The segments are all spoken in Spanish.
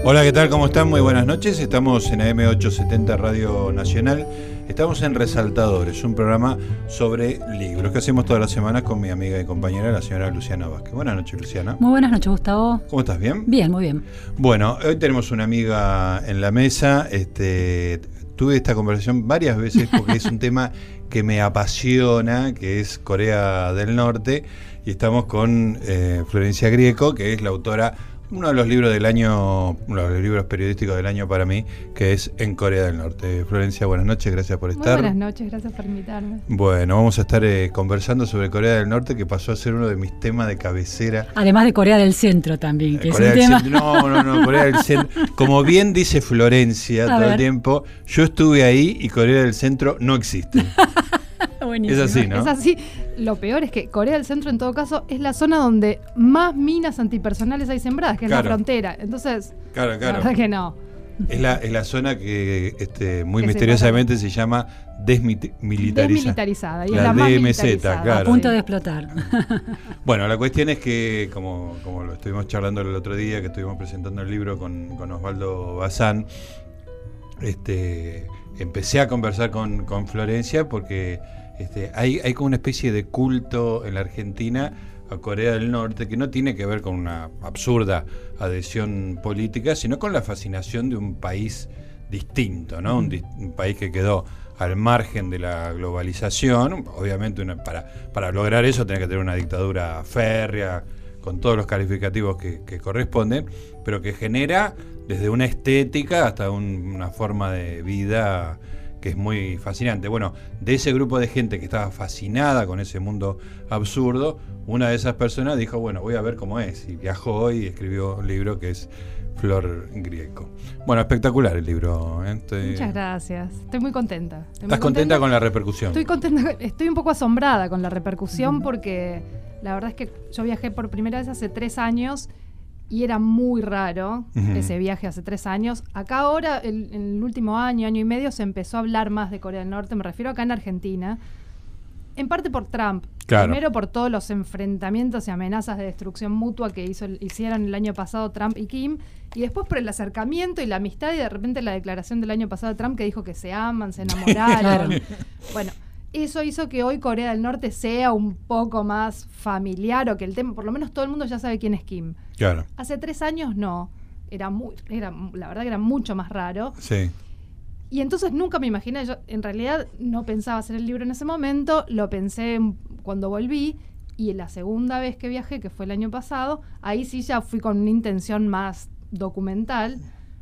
Hola, ¿qué tal? ¿Cómo están? Muy buenas noches. Estamos en AM870 Radio Nacional. Estamos en Resaltadores, un programa sobre libros que hacemos todas las semanas con mi amiga y compañera, la señora Luciana Vázquez. Buenas noches, Luciana. Muy buenas noches, Gustavo. ¿Cómo estás? ¿Bien? Bien, muy bien. Bueno, hoy tenemos una amiga en la mesa. Tuve esta conversación varias veces porque es un tema que me apasiona, que es Corea del Norte. Y estamos con Florencia Grieco, que es la autora, uno de los libros del año, uno de los libros periodísticos del año para mí, que es En Corea del Norte. Florencia, buenas noches, gracias por estar. Muy buenas noches, gracias por invitarme. Bueno, vamos a estar conversando sobre Corea del Norte, que pasó a ser uno de mis temas de cabecera. Además de Corea del Centro también, que Corea es un tema. No, Corea del Centro. Como bien dice Florencia todo el tiempo, yo estuve ahí y Corea del Centro no existe. Buenísimo. Es así, ¿no? Es así. Lo peor es que Corea del Centro, en todo caso, es la zona donde más minas antipersonales hay sembradas, que es la frontera. Entonces, claro. la verdad que no. Es la zona que muy que misteriosamente se llama desmilitarizada. Y la es la más DMZ, militarizada. claro. A punto de explotar. Bueno, la cuestión es que, como lo estuvimos charlando el otro día, que estuvimos presentando el libro con Osvaldo Bazán, empecé a conversar con Florencia porque hay como una especie de culto en la Argentina a Corea del Norte que no tiene que ver con una absurda adhesión política, sino con la fascinación de un país distinto, ¿no? Un país que quedó al margen de la globalización. Obviamente para lograr eso tenés que tener una dictadura férrea, con todos los calificativos que corresponden, pero que genera desde una estética hasta una forma de vida que es muy fascinante. Bueno, de ese grupo de gente que estaba fascinada con ese mundo absurdo, una de esas personas dijo, bueno, voy a ver cómo es, y viajó y escribió un libro que es Flor Grieco. Bueno, espectacular el libro. Muchas gracias. Estoy muy contenta. ¿Estás contenta con la repercusión? Estoy contenta, estoy un poco asombrada con la repercusión porque la verdad es que yo viajé por primera vez hace 3 años y era muy raro ese viaje hace 3 años. Acá ahora, en el último año y medio, se empezó a hablar más de Corea del Norte, me refiero acá en Argentina, en parte por Trump. Claro. Primero por todos los enfrentamientos y amenazas de destrucción mutua que hicieron el año pasado Trump y Kim, y después por el acercamiento y la amistad y de repente la declaración del año pasado de Trump que dijo que se aman, se enamoraron. Claro. Bueno, eso hizo que hoy Corea del Norte sea un poco más familiar, o que el tema, por lo menos todo el mundo ya sabe quién es Kim. Claro. Hace 3 años no, la verdad que era mucho más raro. Sí. Y entonces nunca me imaginé, yo en realidad no pensaba hacer el libro en ese momento, lo pensé cuando volví, y la segunda vez que viajé, que fue el año pasado, ahí sí ya fui con una intención más documental,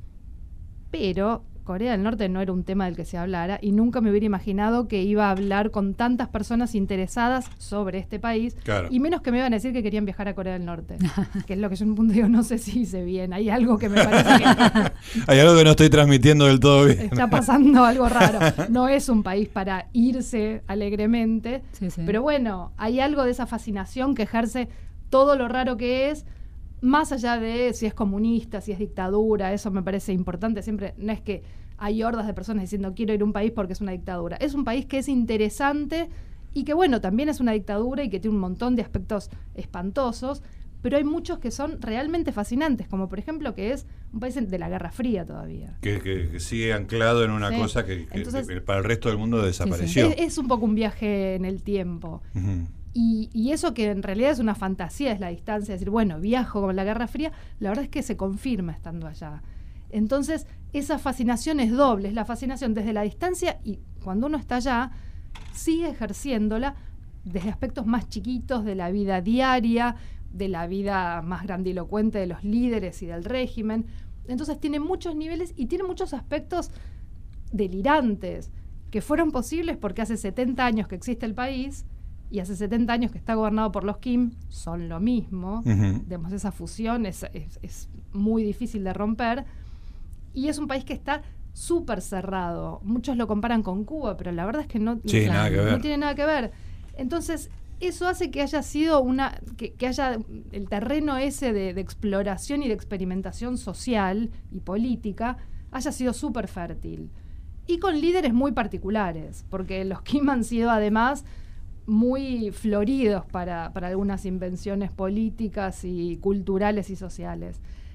pero Corea del Norte no era un tema del que se hablara y nunca me hubiera imaginado que iba a hablar con tantas personas interesadas sobre este país, claro. Y menos que me iban a decir que querían viajar a Corea del Norte, que es lo que yo en un punto digo, no sé si hice bien, hay algo que me parece que hay algo que no estoy transmitiendo del todo bien. Está pasando algo raro. No es un país para irse alegremente, sí. Pero bueno, hay algo de esa fascinación que ejerce todo lo raro que es, más allá de si es comunista, si es dictadura. Eso me parece importante. Siempre no es que hay hordas de personas diciendo quiero ir a un país porque es una dictadura. Es un país que es interesante y que, bueno, también es una dictadura y que tiene un montón de aspectos espantosos, pero hay muchos que son realmente fascinantes, como por ejemplo que es un país de la Guerra Fría todavía. Que sigue anclado en una cosa que para el resto del mundo desapareció. Sí. Es un poco un viaje en el tiempo. Uh-huh. Y eso que en realidad es una fantasía, es la distancia, es decir, bueno, viajo con la Guerra Fría, la verdad es que se confirma estando allá. Entonces, esa fascinación es doble, es la fascinación desde la distancia y cuando uno está allá, sigue ejerciéndola desde aspectos más chiquitos de la vida diaria, de la vida más grandilocuente de los líderes y del régimen. Entonces tiene muchos niveles y tiene muchos aspectos delirantes que fueron posibles porque hace 70 años que existe el país y hace 70 años que está gobernado por los Kim, son lo mismo. Uh-huh. Digamos, esa fusión es muy difícil de romper. Y es un país que está súper cerrado. Muchos lo comparan con Cuba, pero la verdad es que no tiene nada que ver. Entonces, eso hace que haya sido que haya el terreno ese de exploración y de experimentación social y política, haya sido súper fértil. Y con líderes muy particulares, porque los Kim han sido además muy floridos para algunas invenciones políticas y culturales y sociales.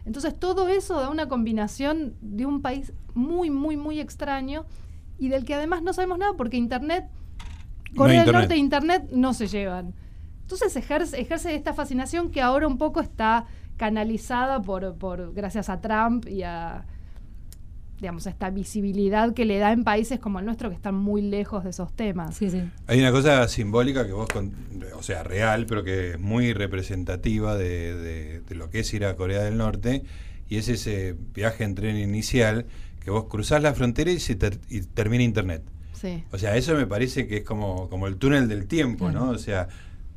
Entonces todo eso da una combinación de un país muy, muy, muy extraño y del que además no sabemos nada porque Internet, Corea del Norte e Internet no se llevan. Entonces ejerce esta fascinación que ahora un poco está canalizada gracias a Trump y a, digamos, esta visibilidad que le da en países como el nuestro que están muy lejos de esos temas. Sí, sí. Hay una cosa simbólica que vos, o sea, real, pero que es muy representativa de lo que es ir a Corea del Norte, y es ese viaje en tren inicial que vos cruzás la frontera y termina Internet. Sí. O sea, eso me parece que es como el túnel del tiempo, ¿no? O sea,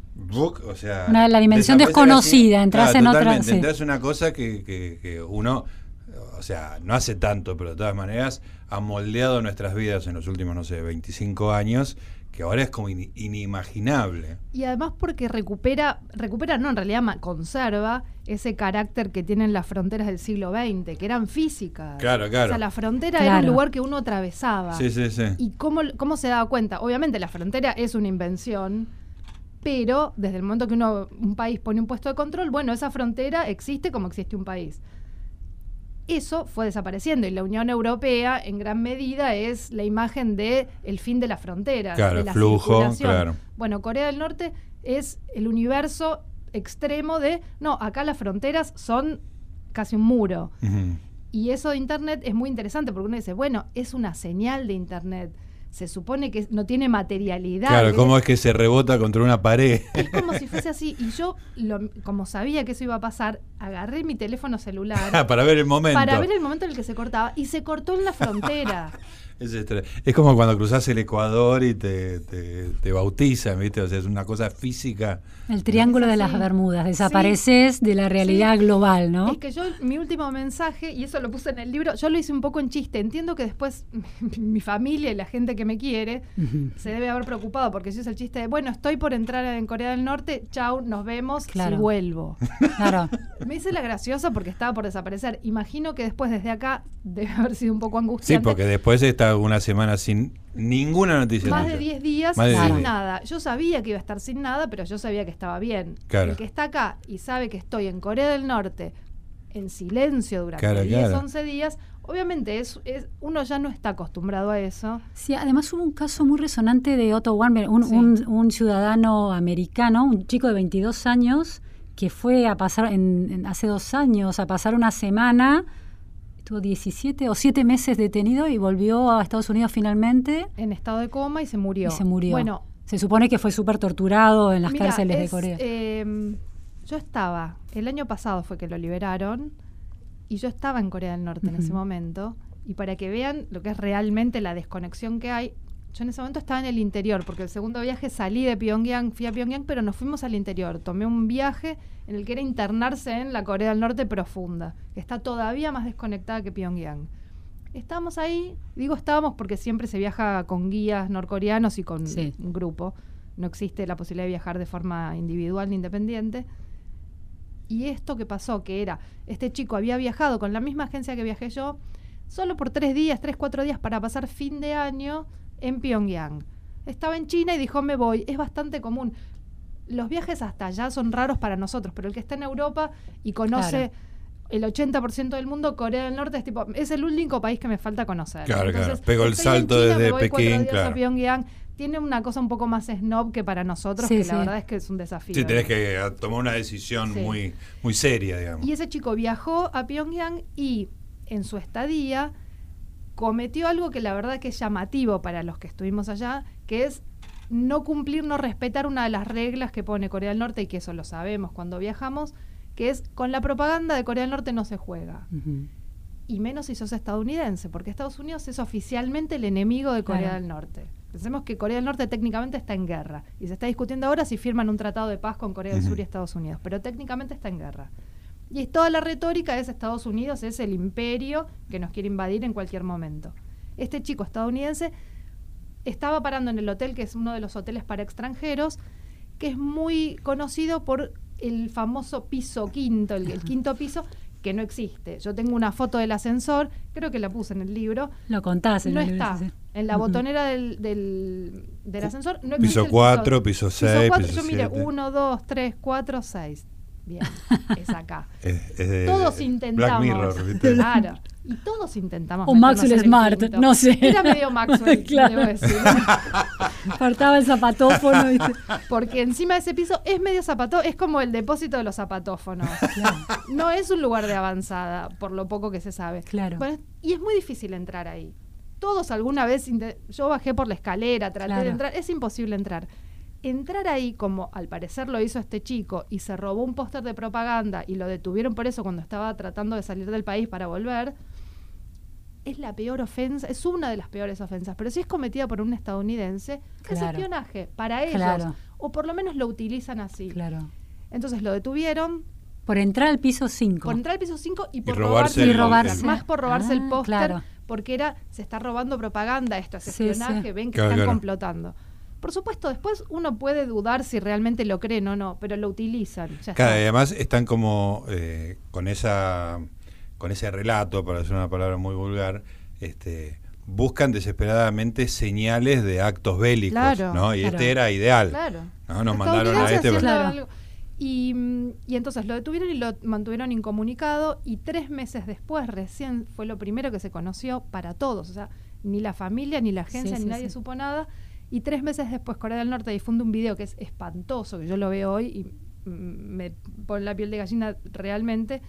la dimensión desconocida, entras en otra. Sí. Entras en una cosa que uno, o sea, no hace tanto, pero de todas maneras ha moldeado nuestras vidas en los últimos, no sé, 25 años, que ahora es como inimaginable. Y además porque recupera no, en realidad conserva ese carácter que tienen las fronteras del siglo XX, que eran físicas. Claro. O sea, la frontera era un lugar que uno atravesaba. Sí. ¿Y cómo se daba cuenta? Obviamente la frontera es una invención, pero desde el momento que un país pone un puesto de control, bueno, esa frontera existe como existe un país. Eso fue desapareciendo y la Unión Europea en gran medida es la imagen de el fin de las fronteras, claro, de la flujo, circulación. claro. Bueno, Corea del Norte es el universo extremo de, no, acá las fronteras son casi un muro. Uh-huh. Y eso de Internet es muy interesante porque uno dice, bueno, es una señal de Internet. Se supone que no tiene materialidad. Claro, ¿cómo es que se rebota contra una pared? Es como si fuese así. Y yo, como sabía que eso iba a pasar, agarré mi teléfono celular. Para ver el momento. Para ver el momento en el que se cortaba. Y se cortó en la frontera. Es como cuando cruzás el Ecuador y te bautizan, ¿viste? O sea, es una cosa física. El triángulo de las Bermudas. Desapareces de la realidad global, ¿no? Es que yo, mi último mensaje, y eso lo puse en el libro, yo lo hice un poco en chiste. Entiendo que después mi familia y la gente que me quiere se debe haber preocupado, porque si es el chiste de, bueno, estoy por entrar en Corea del Norte, chau, nos vemos, si vuelvo. Claro. Me hice la graciosa porque estaba por desaparecer. Imagino que después desde acá debe haber sido un poco angustiante. Sí, porque después está una semana sin ninguna noticia. Más de 10 días sin nada. Yo sabía que iba a estar sin nada, pero yo sabía que estaba bien. Claro. El que está acá y sabe que estoy en Corea del Norte en silencio durante 10, 11 días, obviamente uno ya no está acostumbrado a eso. Sí, además hubo un caso muy resonante de Otto Warmbier, un ciudadano americano, un chico de 22 años, que fue a pasar, hace 2 años, a pasar una semana. Estuvo 17 o 7 meses detenido y volvió a Estados Unidos finalmente. En estado de coma y se murió. Bueno, se supone que fue súper torturado en las cárceles de Corea. Yo estaba, el año pasado fue que lo liberaron, y yo estaba en Corea del Norte en ese momento, y para que vean lo que es realmente la desconexión que hay, yo en ese momento estaba en el interior, porque el segundo viaje salí de Pyongyang, fui a Pyongyang, pero nos fuimos al interior. Tomé un viaje en el que era internarse en la Corea del Norte profunda, que está todavía más desconectada que Pyongyang. Estábamos ahí, digo estábamos porque siempre se viaja con guías norcoreanos y con un grupo. No existe la posibilidad de viajar de forma individual ni independiente. Y esto que pasó, que era, este chico había viajado con la misma agencia que viajé yo, solo por 3 días, 4 días para pasar fin de año en Pyongyang. Estaba en China y dijo, me voy. Es bastante común. Los viajes hasta allá son raros para nosotros, pero el que está en Europa y conoce el 80% del mundo, Corea del Norte es el único país que me falta conocer. Claro, entonces, pegó el salto China, desde me voy Pekín, 4 días claro. a Pyongyang. Tiene una cosa un poco más snob que para nosotros, que la verdad es que es un desafío. Sí, tenés que tomar una decisión muy, muy seria, digamos. Y ese chico viajó a Pyongyang y en su estadía cometió algo que la verdad que es llamativo para los que estuvimos allá, que es no cumplir, no respetar una de las reglas que pone Corea del Norte, y que eso lo sabemos cuando viajamos, que es con la propaganda de Corea del Norte no se juega. Y menos si sos estadounidense, porque Estados Unidos es oficialmente el enemigo de Corea del Norte. Pensemos que Corea del Norte técnicamente está en guerra, y se está discutiendo ahora si firman un tratado de paz con Corea del Sur y Estados Unidos, pero técnicamente está en guerra. Y toda la retórica es Estados Unidos es el imperio que nos quiere invadir en cualquier momento. Este chico estadounidense estaba parando en el hotel, que es uno de los hoteles para extranjeros, que es muy conocido por el famoso piso quinto, el quinto piso, que no existe. Yo tengo una foto del ascensor, creo que la puse en el libro. Lo contás en no el libro. No está. En la botonera del ascensor no existe. Piso 4, piso 6, piso 4, piso yo mire, 7. 1, 2, 3, 4, 6. Bien, es acá. Es todos intentamos. Black Mirror, ¿viste? Claro. Y todos intentamos. O Maxwell Smart, no sé. Era medio Maxwell, claro. debo decir. Faltaba el zapatófono. ¿Viste? Porque encima de ese piso es medio es como el depósito de los zapatófonos. Claro. No es un lugar de avanzada, por lo poco que se sabe. Claro. Bueno, y es muy difícil entrar ahí. Todos alguna vez, yo bajé por la escalera, traté de entrar, es imposible entrar. Entrar ahí, como al parecer lo hizo este chico, y se robó un póster de propaganda y lo detuvieron por eso cuando estaba tratando de salir del país para volver, es la peor ofensa, es una de las peores ofensas, pero si es cometida por un estadounidense, es espionaje para ellos, o por lo menos lo utilizan así. Claro. Entonces lo detuvieron. Por entrar al piso 5. Por entrar al piso 5 y por robarse más por robarse el póster, claro. porque se está robando propaganda, esto es espionaje, ven que están complotando. Por supuesto, después uno puede dudar si realmente lo creen o no, pero lo utilizan. Además están como con ese relato, para decir una palabra muy vulgar, buscan desesperadamente señales de actos bélicos, ¿no? Y este era ideal. Claro. ¿No? Nos mandaron a este. Y entonces lo detuvieron y lo mantuvieron incomunicado, y 3 meses después recién fue lo primero que se conoció para todos. O sea, ni la familia, ni la agencia, ni nadie supo nada. Y 3 meses después Corea del Norte difunde un video que es espantoso, que yo lo veo hoy y me pone la piel de gallina realmente,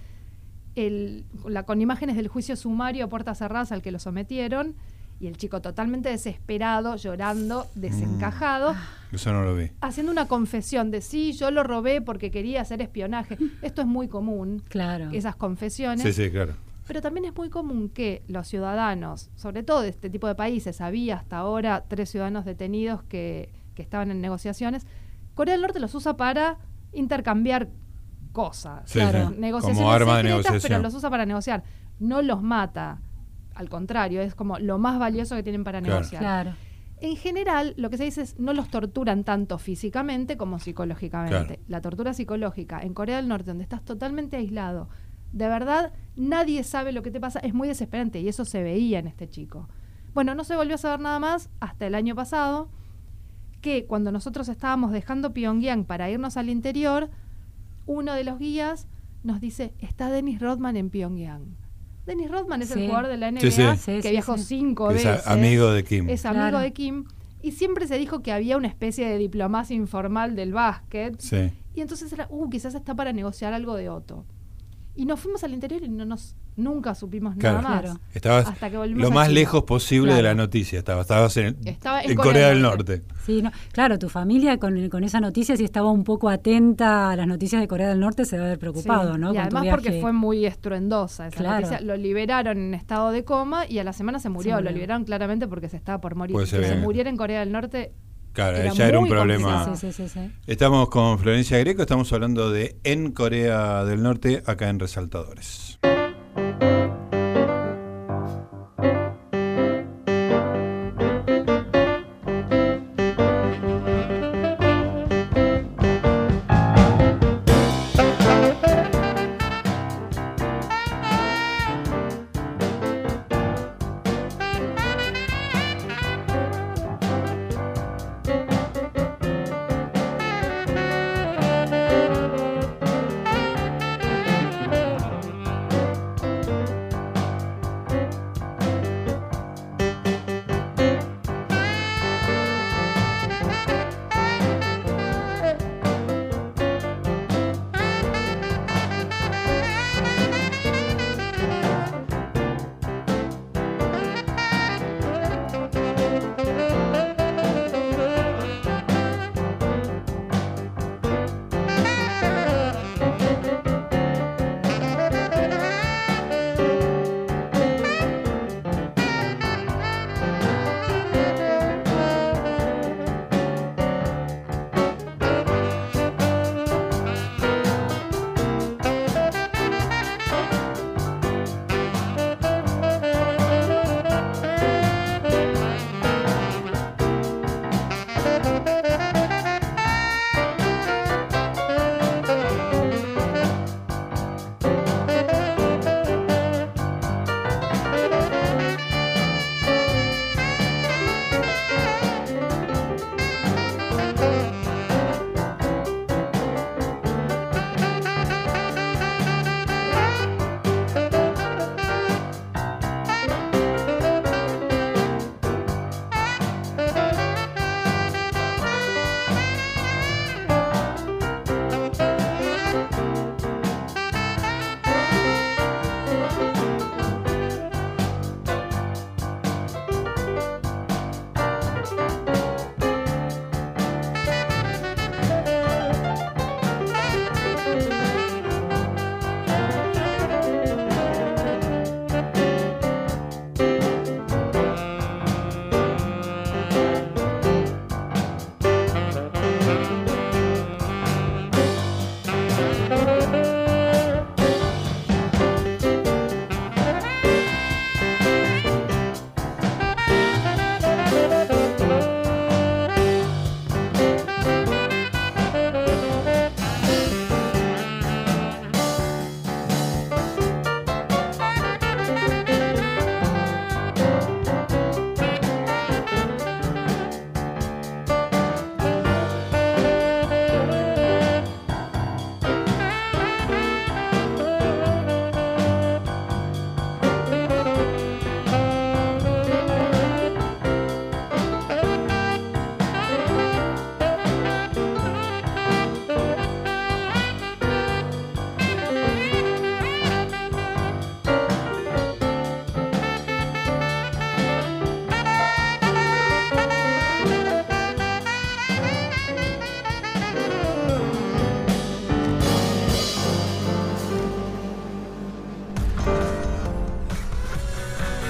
con imágenes del juicio sumario a puertas cerradas al que lo sometieron, y el chico totalmente desesperado, llorando, desencajado. Eso no lo vi. Haciendo una confesión de sí, yo lo robé porque quería hacer espionaje. Esto es muy común, esas confesiones. Sí, claro. Pero también es muy común que los ciudadanos, sobre todo de este tipo de países, había hasta ahora 3 ciudadanos detenidos que estaban en negociaciones. Corea del Norte los usa para intercambiar cosas, negociaciones como arma de secretas, negociación. pero los usa para negociar. No los mata, al contrario, es como lo más valioso que tienen para negociar. Claro. En general, lo que se dice es no los torturan tanto físicamente como psicológicamente. La tortura psicológica en Corea del Norte, donde estás totalmente aislado, de verdad, nadie sabe lo que te pasa, es muy desesperante, y eso se veía en este chico. Bueno, no se volvió a saber nada más hasta el año pasado, que cuando nosotros estábamos dejando Pyongyang para irnos al interior, uno de los guías nos dice, está Dennis Rodman en Pyongyang. Dennis Rodman es el jugador de la NBA que viajó 5 veces. Es amigo de Kim. Es amigo de Kim. Y siempre se dijo que había una especie de diplomacia informal del básquet. Sí. Y entonces era, quizás está para negociar algo de Otto. Y nos fuimos al interior y nunca supimos nada más. Estabas hasta que volvimos lo más China. lejos posible de la noticia. Estabas en Corea del Norte. Sí, claro, tu familia con esa noticia, si estaba un poco atenta a las noticias de Corea del Norte, se debe haber preocupado, ¿no? Y además porque fue muy estruendosa esa noticia. Lo liberaron en estado de coma y a la semana se murió. Lo liberaron claramente porque se estaba por morir. Que se muriera en Corea del Norte. Claro, ya era un problema. Sí. Estamos con Florencia Greco, estamos hablando de En Corea del Norte, acá en Resaltadores.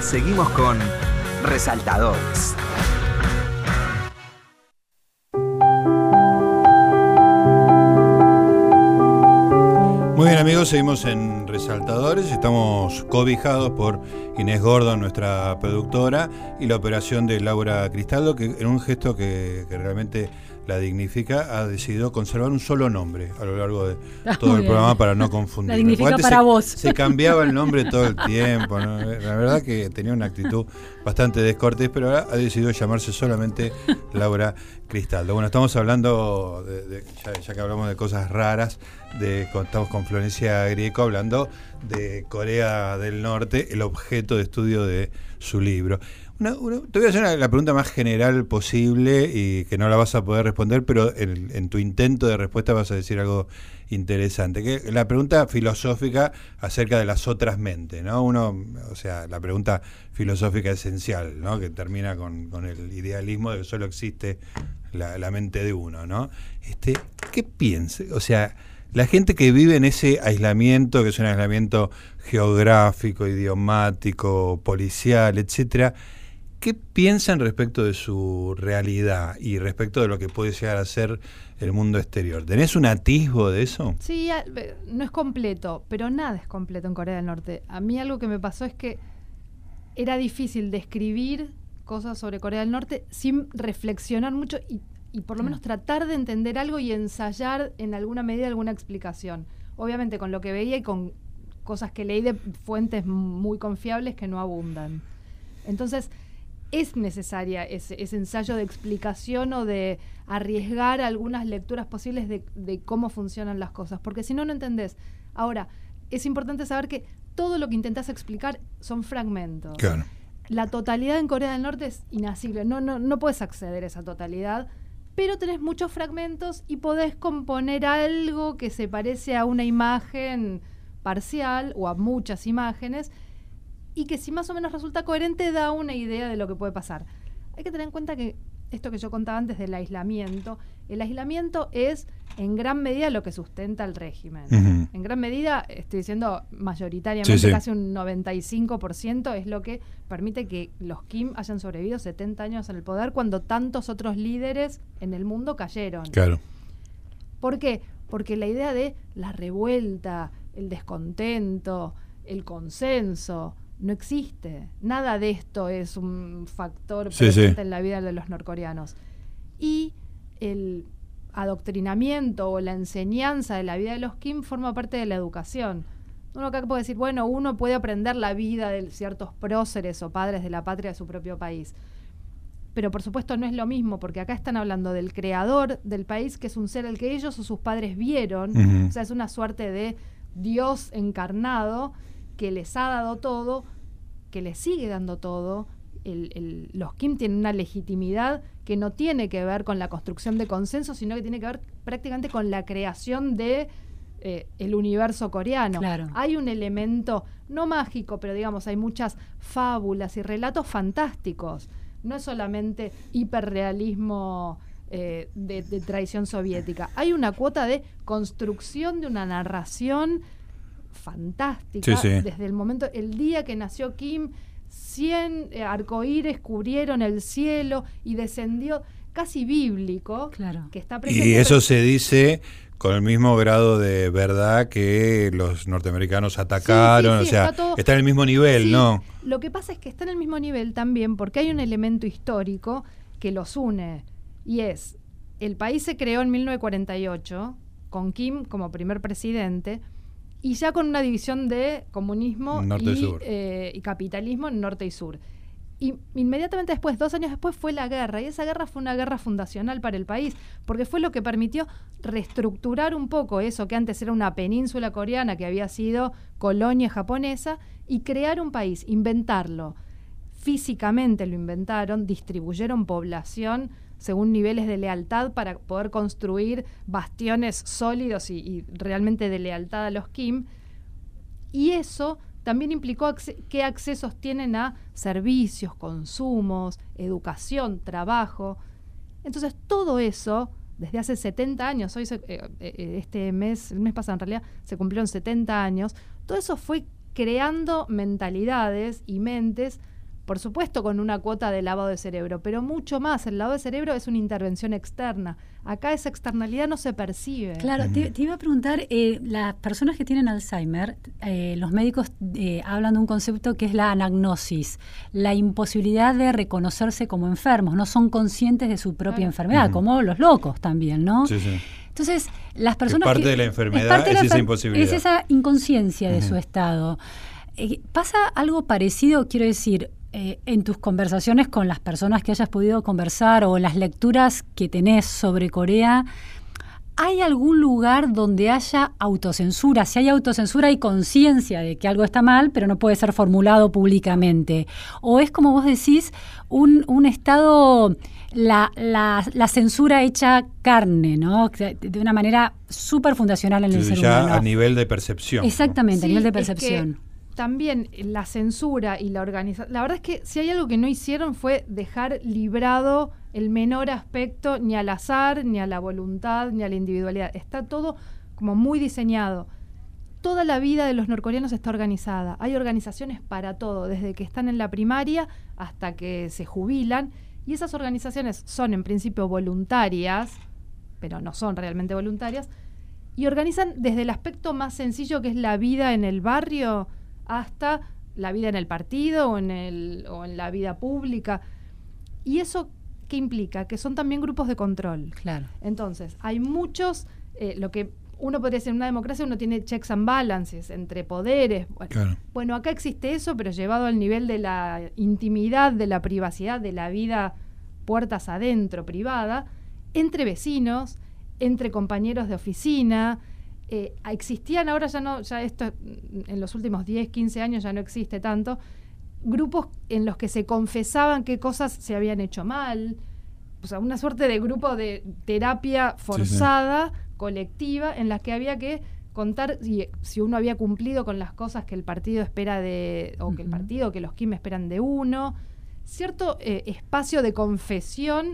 seguimos con Resaltadores. Muy bien, amigos, seguimos en Resaltadores. Estamos cobijados por Inés Gordon, nuestra productora, y la operación de Laura Cristaldo, que en un gesto que realmente la dignifica, ha decidido conservar un solo nombre a lo largo de todo el programa para no confundir. La dignifica para vos. Se cambiaba el nombre todo el tiempo, ¿no? La verdad que tenía una actitud bastante descortés, pero ahora ha decidido llamarse solamente Laura Cristaldo. Bueno, estamos hablando, ya que hablamos de cosas raras, estamos con Florencia Grieco hablando de Corea del Norte, el objeto de estudio de su libro. Te voy a hacer la pregunta más general posible y que no la vas a poder responder, pero en tu intento de respuesta vas a decir algo interesante. Que la pregunta filosófica acerca de las otras mentes, ¿no? La pregunta filosófica esencial, ¿no? Que termina con el idealismo de que solo existe la mente de uno, ¿no? ¿Qué piensa? O sea, la gente que vive en ese aislamiento, que es un aislamiento geográfico, idiomático, policial, etcétera, ¿qué piensan respecto de su realidad y respecto de lo que puede llegar a ser el mundo exterior? ¿Tenés un atisbo de eso? Sí, no es completo, pero nada es completo en Corea del Norte. A mí algo que me pasó es que era difícil describir cosas sobre Corea del Norte sin reflexionar mucho y por lo menos tratar de entender algo y ensayar en alguna medida alguna explicación. Obviamente con lo que veía y con cosas que leí de fuentes muy confiables que no abundan. Entonces, es necesaria ese ensayo de explicación o de arriesgar algunas lecturas posibles de cómo funcionan las cosas, porque si no, no entendés. Ahora, es importante saber que todo lo que intentás explicar son fragmentos. Claro. La totalidad en Corea del Norte es inasible, no puedes acceder a esa totalidad, pero tenés muchos fragmentos y podés componer algo que se parece a una imagen parcial o a muchas imágenes, y que si más o menos resulta coherente da una idea de lo que puede pasar. Hay que tener en cuenta que esto que yo contaba antes del aislamiento, el aislamiento es en gran medida lo que sustenta el régimen. Uh-huh. En gran medida, estoy diciendo mayoritariamente, casi un 95% es lo que permite que los Kim hayan sobrevivido 70 años en el poder cuando tantos otros líderes en el mundo cayeron. Claro. ¿Por qué? Porque la idea de la revuelta, el descontento, el consenso, no existe. Nada de esto es un factor presente en la vida de los norcoreanos. Y el adoctrinamiento o la enseñanza de la vida de los Kim forma parte de la educación. Uno acá puede decir, bueno, uno puede aprender la vida de ciertos próceres o padres de la patria de su propio país. Pero por supuesto no es lo mismo, porque acá están hablando del creador del país, que es un ser al que ellos o sus padres vieron. Uh-huh. O sea, es una suerte de Dios encarnado que les ha dado todo, que les sigue dando todo. Los Kim tienen una legitimidad que no tiene que ver con la construcción de consenso, sino que tiene que ver prácticamente con la creación de el universo coreano. Claro. Hay un elemento, no mágico, pero digamos, hay muchas fábulas y relatos fantásticos. No es solamente hiperrealismo de tradición soviética. Hay una cuota de construcción de una narración fantástica. Desde el momento, el día que nació Kim, 100 arcoíris cubrieron el cielo y descendió, casi bíblico, claro, que está presente. Y eso se dice con el mismo grado de verdad que los norteamericanos atacaron, o sea, está en el mismo nivel, ¿no? Lo que pasa es que está en el mismo nivel también porque hay un elemento histórico que los une, y es, el país se creó en 1948 con Kim como primer presidente, y ya con una división de comunismo y capitalismo en norte y sur. Y inmediatamente después, 2 años después, fue la guerra, y esa guerra fue una guerra fundacional para el país, porque fue lo que permitió reestructurar un poco eso que antes era una península coreana que había sido colonia japonesa, y crear un país, inventarlo. Físicamente lo inventaron, distribuyeron población según niveles de lealtad para poder construir bastiones sólidos y realmente de lealtad a los Kim. Y eso también implicó qué accesos tienen a servicios, consumos, educación, trabajo. Entonces todo eso, desde hace 70 años, hoy el mes pasado en realidad, se cumplieron 70 años, todo eso fue creando mentalidades y mentes por supuesto con una cuota de lavado de cerebro, pero mucho más. El lavado de cerebro es una intervención externa. Acá esa externalidad no se percibe. Claro, te iba a preguntar, las personas que tienen Alzheimer, los médicos hablan de un concepto que es la anagnosis, la imposibilidad de reconocerse como enfermos, no son conscientes de su propia enfermedad, como los locos también, ¿no? Sí, sí. Entonces, las personas parte de la enfermedad es esa imposibilidad. Es esa inconsciencia de su estado. ¿Pasa algo parecido, quiero decir, en tus conversaciones con las personas que hayas podido conversar o en las lecturas que tenés sobre Corea? ¿Hay algún lugar donde haya autocensura? Si hay autocensura, hay conciencia de que algo está mal, pero no puede ser formulado públicamente. ¿O es, como vos decís, un estado, la censura hecha carne, ¿no? De una manera súper fundacional en el ser humano? Ya a nivel de percepción. Exactamente, ¿no? A nivel de percepción. Es que también la censura y la organización, la verdad es que si hay algo que no hicieron fue dejar librado el menor aspecto ni al azar, ni a la voluntad, ni a la individualidad. Está todo como muy diseñado. Toda la vida de los norcoreanos está organizada. Hay organizaciones para todo, desde que están en la primaria hasta que se jubilan. Y esas organizaciones son en principio voluntarias, pero no son realmente voluntarias, y organizan desde el aspecto más sencillo, que es la vida en el barrio, hasta la vida en el partido o en la vida pública. ¿Y eso qué implica? Que son también grupos de control. Claro. Entonces, hay muchos, lo que uno podría decir en una democracia, uno tiene checks and balances entre poderes. Bueno, acá existe eso, pero llevado al nivel de la intimidad, de la privacidad, de la vida puertas adentro, privada, entre vecinos, entre compañeros de oficina. Existían, ahora ya no, ya esto en los últimos 10, 15 años ya no existe tanto, grupos en los que se confesaban qué cosas se habían hecho mal, o sea, una suerte de grupo de terapia forzada, colectiva, en la que había que contar si uno había cumplido con las cosas que el partido espera o que el partido, que los Kim esperan de uno, cierto espacio de confesión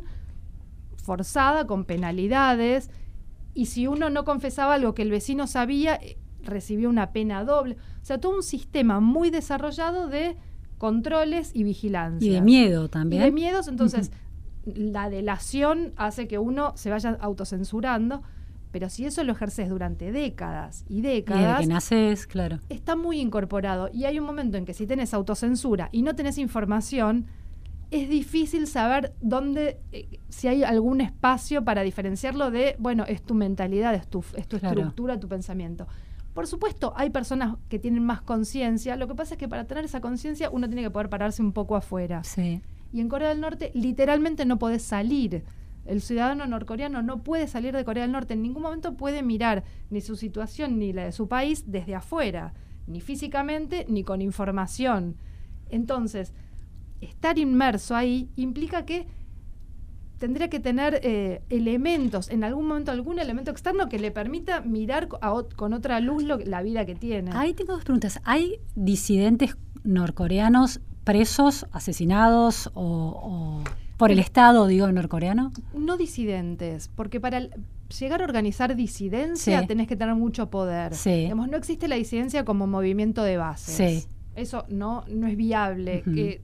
forzada con penalidades. Y si uno no confesaba algo que el vecino sabía, recibía una pena doble. O sea, todo un sistema muy desarrollado de controles y vigilancia. Y de miedo también. Y de miedos, entonces, la delación hace que uno se vaya autocensurando, pero si eso lo ejerces durante décadas y décadas... Y desde que naces, claro. Está muy incorporado. Y hay un momento en que si tenés autocensura y no tenés información, es difícil saber dónde, si hay algún espacio para diferenciarlo de, bueno, es tu mentalidad, es tu estructura, tu pensamiento. Por supuesto, hay personas que tienen más conciencia. Lo que pasa es que para tener esa conciencia uno tiene que poder pararse un poco afuera. Sí. Y en Corea del Norte literalmente no podés salir. El ciudadano norcoreano no puede salir de Corea del Norte. En ningún momento puede mirar ni su situación ni la de su país desde afuera, ni físicamente ni con información. Entonces, estar inmerso ahí implica que tendría que tener elementos, en algún momento algún elemento externo que le permita mirar con otra luz la vida que tiene. Ahí tengo dos preguntas. ¿Hay disidentes norcoreanos presos, asesinados o por el Estado, digo, norcoreano? No disidentes, porque para llegar a organizar disidencia tenés que tener mucho poder. Sí. Digamos, no existe la disidencia como movimiento de bases. Sí. Eso no es viable.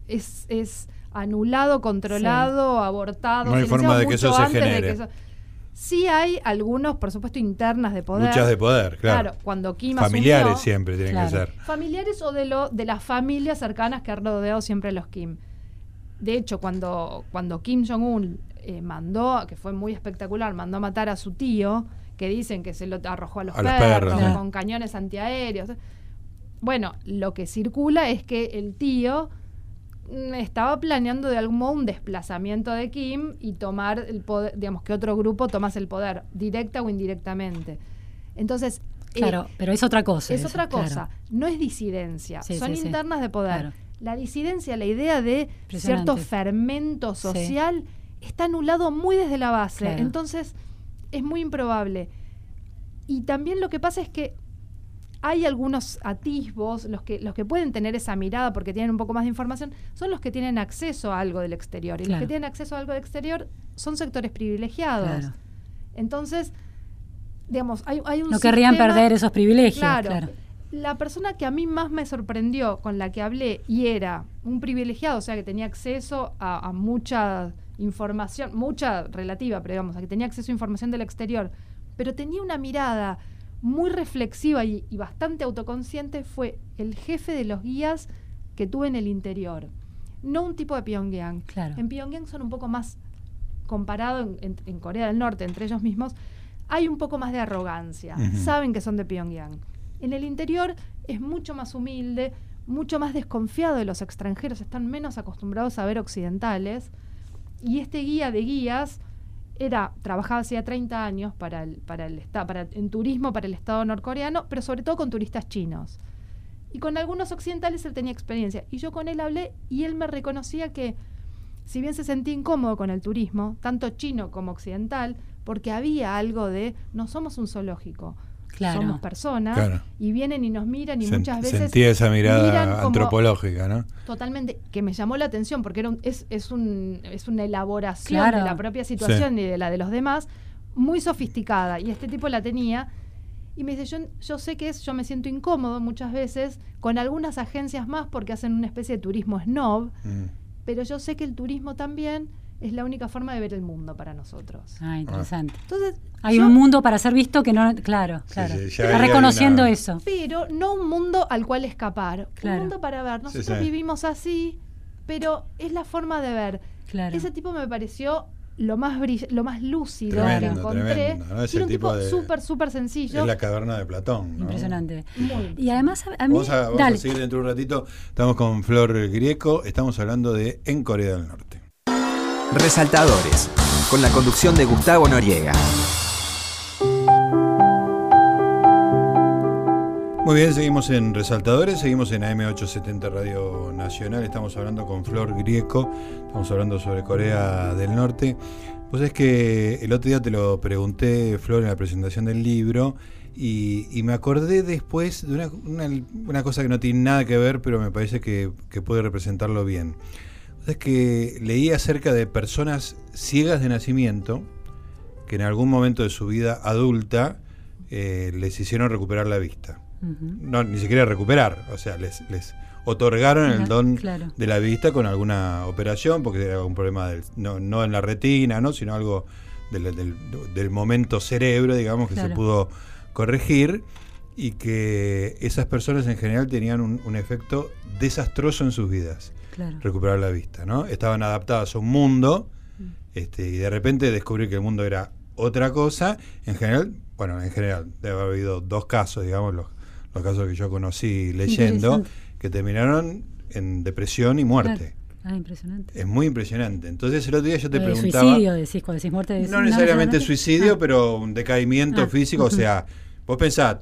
Es anulado, controlado, abortado. No hay forma de que eso se genere. Sí hay algunos, por supuesto, internas de poder. Muchas de poder, claro. Cuando Kim familiares asumió, siempre tienen que ser. Familiares o de las familias cercanas que han rodeado siempre a los Kim. De hecho, cuando Kim Jong-un mandó, que fue muy espectacular, mandó a matar a su tío, que dicen que se lo arrojó a los perros con cañones antiaéreos. Bueno, lo que circula es que el tío estaba planeando de algún modo un desplazamiento de Kim y tomar el poder, digamos, que otro grupo tomase el poder, directa o indirectamente. Entonces... Claro, pero es otra cosa. Es otra cosa. Claro. No es disidencia, son internas de poder. Claro. La disidencia, la idea de cierto fermento social, está anulado muy desde la base. Claro. Entonces, es muy improbable. Y también lo que pasa es que hay algunos atisbos, los que pueden tener esa mirada porque tienen un poco más de información, son los que tienen acceso a algo del exterior. Y los que tienen acceso a algo del exterior son sectores privilegiados. Claro. Entonces, digamos, hay un no querrían perder esos privilegios. Claro. la persona que a mí más me sorprendió, con la que hablé, y era un privilegiado, o sea, que tenía acceso a mucha información, mucha relativa, pero digamos, a que tenía acceso a información del exterior, pero tenía una mirada muy reflexiva y bastante autoconsciente, fue el jefe de los guías que tuve en el interior. No un tipo de Pyongyang. Claro. En Pyongyang son un poco más, comparado en Corea del Norte, entre ellos mismos, hay un poco más de arrogancia. Saben que son de Pyongyang. En el interior es mucho más humilde, mucho más desconfiado de los extranjeros, están menos acostumbrados a ver occidentales. Y este guía de guías trabajaba hacía 30 años en turismo para el Estado norcoreano, pero sobre todo con turistas chinos. Y con algunos occidentales él tenía experiencia. Y yo con él hablé y él me reconocía que, si bien se sentía incómodo con el turismo, tanto chino como occidental, porque había algo de, no somos un zoológico, somos personas, y vienen y nos miran y muchas veces sentía esa mirada antropológica, ¿no? Totalmente, que me llamó la atención porque es una elaboración de la propia situación y de la de los demás, muy sofisticada, y este tipo la tenía. Y me dice, yo sé que yo me siento incómodo muchas veces con algunas agencias más porque hacen una especie de turismo snob, pero yo sé que el turismo también es la única forma de ver el mundo para nosotros. Interesante. Entonces, hay un mundo para ser visto que no... Claro. Está reconociendo eso. Pero no un mundo al cual escapar. Un mundo para ver. Nosotros vivimos así, pero es la forma de ver. Ese tipo me pareció lo más lúcido que encontré. Tremendo, ¿no? Era un tipo súper sencillo. Es la caverna de Platón, ¿no? Impresionante. Y además a mí... Vamos a seguir dentro de un ratito. Estamos con Flor Grieco. Estamos hablando de En Corea del Norte. Resaltadores, con la conducción de Gustavo Noriega. Muy bien, seguimos en Resaltadores, seguimos en AM870 Radio Nacional, estamos hablando con Flor Grieco, estamos hablando sobre Corea del Norte. Pues es que el otro día te lo pregunté, Flor, en la presentación del libro, y me acordé después de una cosa que no tiene nada que ver, pero me parece que puede representarlo bien. Es que leí acerca de personas ciegas de nacimiento que en algún momento de su vida adulta les hicieron recuperar la vista. No, ni siquiera recuperar, o sea, les otorgaron el don de la vista con alguna operación, porque era un problema no en la retina, ¿no? Sino algo del momento cerebro, digamos, que se pudo corregir, y que esas personas en general tenían un efecto desastroso en sus vidas. Recuperar la vista, ¿no? Estaban adaptadas a un mundo, y de repente descubrir que el mundo era otra cosa. En general, debe haber habido 2 casos, digamos, los casos que yo conocí leyendo, que terminaron en depresión y muerte. Impresionante. Es muy impresionante. Entonces el otro día yo te preguntaba... Suicidio, decís, cuando decís muerte... No necesariamente suicidio, pero un decaimiento físico. O sea, vos pensás,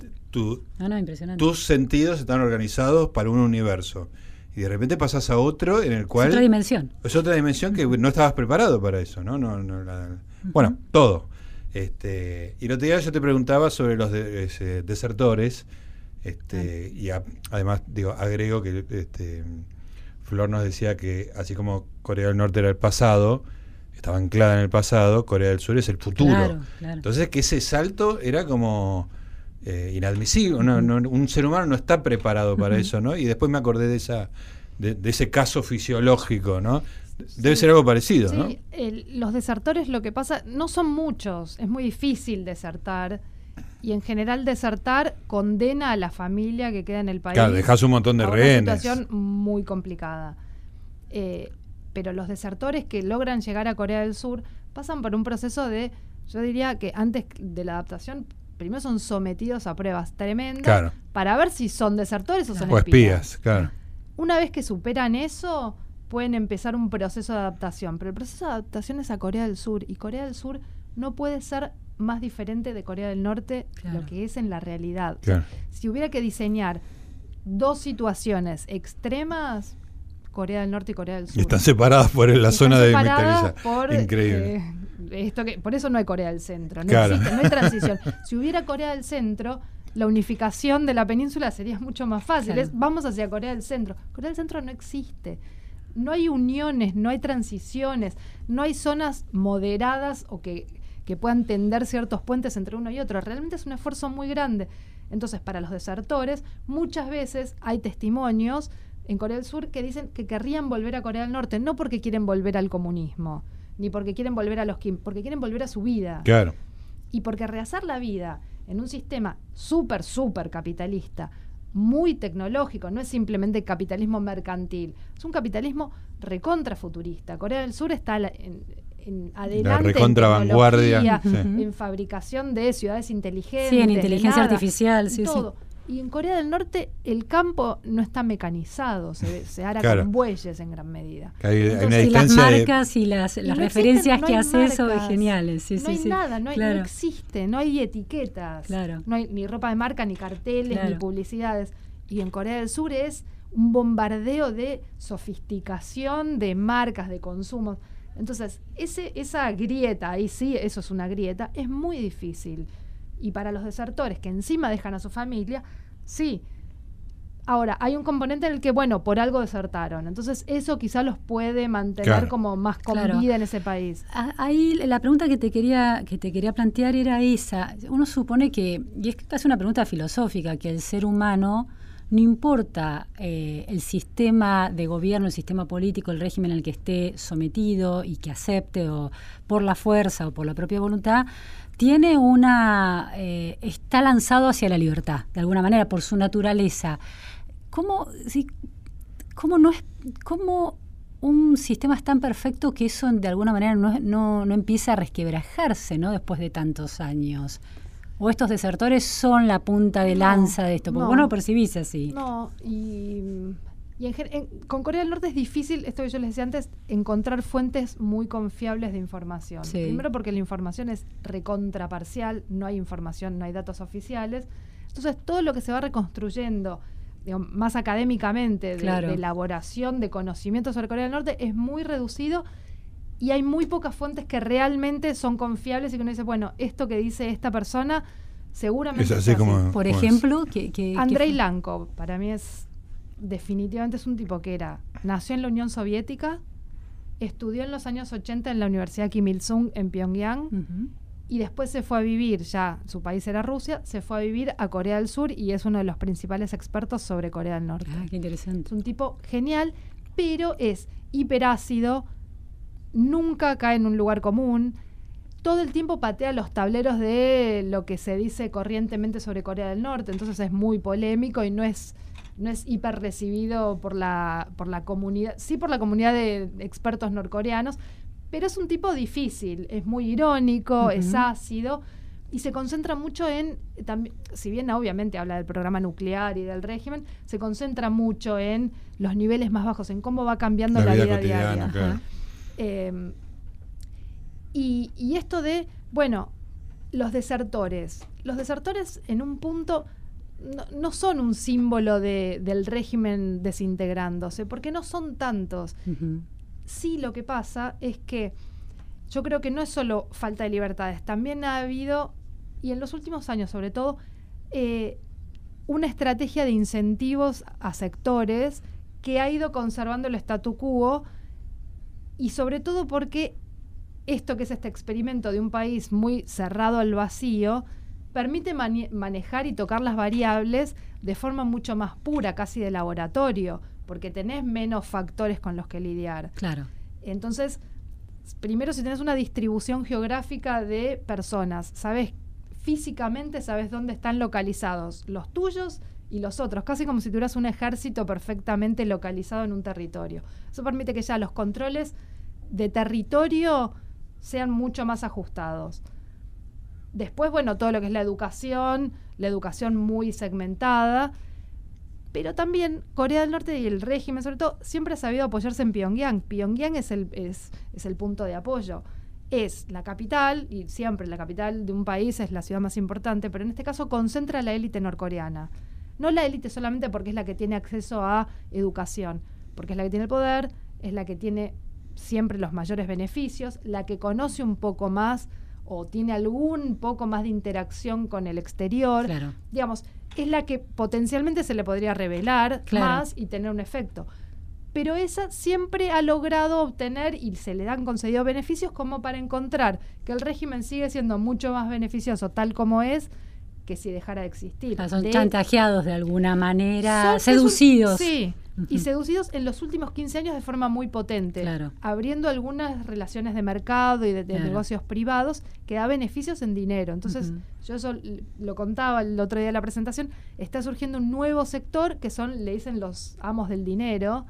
tus sentidos están organizados para un universo. Y de repente pasás a otro en el cual... Es otra dimensión. Es otra dimensión que no estabas preparado para eso, ¿no? Bueno, todo. Y el otro día yo te preguntaba sobre los desertores, y además, agrego que Flor nos decía que así como Corea del Norte era el pasado, estaba anclada en el pasado, Corea del Sur es el futuro. Claro. Entonces que ese salto era como... inadmisible, un ser humano no está preparado para eso, ¿no? Y después me acordé de ese caso fisiológico, ¿no? Debe ser algo parecido, ¿no? Los desertores, lo que pasa, no son muchos, es muy difícil desertar, y en general desertar condena a la familia que queda en el país. Claro, dejás un montón de rehenes. Una situación muy complicada. Pero los desertores que logran llegar a Corea del Sur pasan por un proceso yo diría que antes de la adaptación, primero son sometidos a pruebas tremendas para ver si son desertores o son espías. Claro. Una vez que superan eso, pueden empezar un proceso de adaptación. Pero el proceso de adaptación es a Corea del Sur, y Corea del Sur no puede ser más diferente de Corea del Norte lo que es en la realidad. Claro. Si hubiera que diseñar 2 situaciones extremas, Corea del Norte y Corea del Sur. Y están separadas por la zona de militarización. Increíble. Por eso no hay Corea del Centro, no existe, no hay transición. Si hubiera Corea del Centro, la unificación de la península sería mucho más fácil. Vamos hacia Corea del Centro. Corea del Centro no existe. No hay uniones, no hay transiciones, no hay zonas moderadas o que que puedan tender ciertos puentes entre uno y otro. Realmente es un esfuerzo muy grande. Entonces, para los desertores, muchas veces hay testimonios en Corea del Sur que dicen que querrían volver a Corea del Norte, no porque quieren volver al comunismo, ni porque quieren volver a los Kim, porque quieren volver a su vida. Claro. Y porque rehacer la vida en un sistema súper capitalista, muy tecnológico, no es simplemente capitalismo mercantil, es un capitalismo recontrafuturista. Corea del Sur está en adelante, la recontra vanguardia, en fabricación de ciudades inteligentes, en inteligencia artificial, todo. Y en Corea del Norte el campo no está mecanizado, se hará con bueyes en gran medida. Hay Entonces, una y las distancia marcas y las referencias que hace eso es geniales. No hay nada, no existe, no hay etiquetas, no hay ni ropa de marca, ni carteles, ni publicidades. Y en Corea del Sur es un bombardeo de sofisticación, de marcas, de consumo. Entonces, esa grieta, ahí sí, eso es una grieta, es muy difícil. Y para los desertores que encima dejan a su familia, sí. Ahora, hay un componente en el que, bueno, por algo desertaron. Entonces, eso quizá los puede mantener como más con vida en ese país. Ahí la pregunta que te quería plantear era esa. Uno supone que, y es casi una pregunta filosófica, que el ser humano, no importa el sistema de gobierno, el sistema político, el régimen al que esté sometido y que acepte o por la fuerza o por la propia voluntad, tiene está lanzado hacia la libertad, de alguna manera, por su naturaleza. ¿Cómo un sistema es tan perfecto que eso de alguna manera no empieza a resquebrajarse, ¿no? Después de tantos años? ¿O estos desertores son la punta de lanza de esto? Porque vos no lo percibís así. No, con Corea del Norte es difícil, esto que yo les decía antes, encontrar fuentes muy confiables de información. Sí. Primero porque la información es recontraparcial, no hay información, no hay datos oficiales. Entonces todo lo que se va reconstruyendo, digamos, más académicamente, de elaboración de conocimientos sobre Corea del Norte, es muy reducido y hay muy pocas fuentes que realmente son confiables y que uno dice, bueno, esto que dice esta persona seguramente es así. Por ejemplo, Andrei Lanko, para mí definitivamente es un tipo que nació en la Unión Soviética, estudió en los años 80 en la Universidad Kim Il-sung en Pyongyang, y después se fue a vivir, su país era Rusia, se fue a vivir a Corea del Sur y es uno de los principales expertos sobre Corea del Norte. Qué interesante. Es un tipo genial, pero es hiperácido, nunca cae en un lugar común, todo el tiempo patea los tableros de lo que se dice corrientemente sobre Corea del Norte, entonces es muy polémico y no es hiper recibido por la comunidad, sí por la comunidad de expertos norcoreanos, pero es un tipo difícil, es muy irónico, es ácido y se concentra mucho también, si bien obviamente habla del programa nuclear y del régimen, se concentra mucho en los niveles más bajos, en cómo va cambiando la vida diaria. Claro. Y esto de, bueno, los desertores en un punto no son un símbolo del régimen desintegrándose, porque no son tantos. Sí, lo que pasa es que yo creo que no es solo falta de libertades, también ha habido, y en los últimos años sobre todo, una estrategia de incentivos a sectores que ha ido conservando el statu quo, y sobre todo porque esto que es este experimento de un país muy cerrado al vacío permite manejar y tocar las variables de forma mucho más pura, casi de laboratorio, porque tenés menos factores con los que lidiar. Claro. Entonces, primero, si tenés una distribución geográfica de personas, físicamente sabés dónde están localizados los tuyos y los otros, casi como si tuvieras un ejército perfectamente localizado en un territorio. Eso permite que ya los controles de territorio sean mucho más ajustados. Después, bueno, todo lo que es la educación muy segmentada, pero también Corea del Norte y el régimen, sobre todo, siempre ha sabido apoyarse en Pyongyang. Pyongyang es el punto de apoyo. Es la capital, y siempre la capital de un país es la ciudad más importante, pero en este caso concentra la élite norcoreana. No la élite solamente porque es la que tiene acceso a educación, porque es la que tiene el poder, es la que tiene siempre los mayores beneficios, la que conoce un poco más o tiene algún poco más de interacción con el exterior. Claro. Digamos, es la que potencialmente se le podría revelar más y tener un efecto. pero esa siempre ha logrado obtener y se le han concedido beneficios como para encontrar que el régimen sigue siendo mucho más beneficioso tal como es que si dejara de existir. Son chantajeados de alguna manera, seducidos. Sí, y seducidos en los últimos 15 años de forma muy potente, abriendo algunas relaciones de mercado y de negocios privados que da beneficios en dinero. Entonces, yo eso lo contaba el otro día de la presentación, está surgiendo un nuevo sector que le dicen los amos del dinero,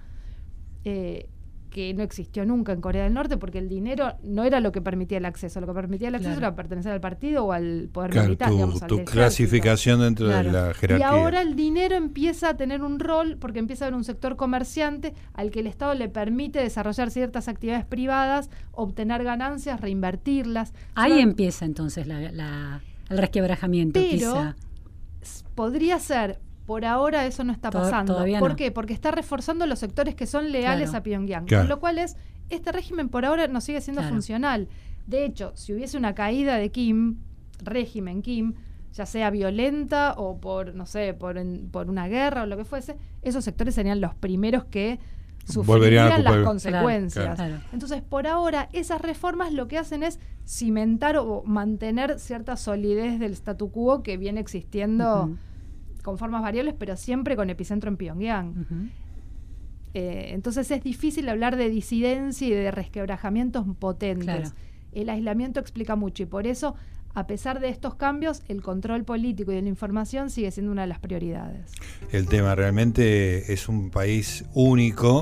que no existió nunca en Corea del Norte, porque el dinero no era lo que permitía el acceso. Lo que permitía el acceso era pertenecer al partido o al poder militar, digamos, tu clasificación dentro de la jerarquía. Y ahora el dinero empieza a tener un rol, porque empieza a haber un sector comerciante al que el Estado le permite desarrollar ciertas actividades privadas, obtener ganancias, reinvertirlas. Ahí empieza entonces el resquebrajamiento, pero quizá. Podría ser. Por ahora eso no está pasando. ¿Por qué? Porque está reforzando los sectores que son leales a Pyongyang. Con lo cual este régimen por ahora no sigue siendo funcional. De hecho, si hubiese una caída de régimen Kim, ya sea violenta o por una guerra o lo que fuese, esos sectores serían los primeros que sufrirían las consecuencias. Entonces, por ahora, esas reformas lo que hacen es cimentar o mantener cierta solidez del statu quo que viene existiendo con formas variables, pero siempre con epicentro en Pyongyang. Entonces es difícil hablar de disidencia y de resquebrajamientos potentes. El aislamiento explica mucho y por eso, a pesar de estos cambios, el control político y de la información sigue siendo una de las prioridades. El tema realmente es un país único.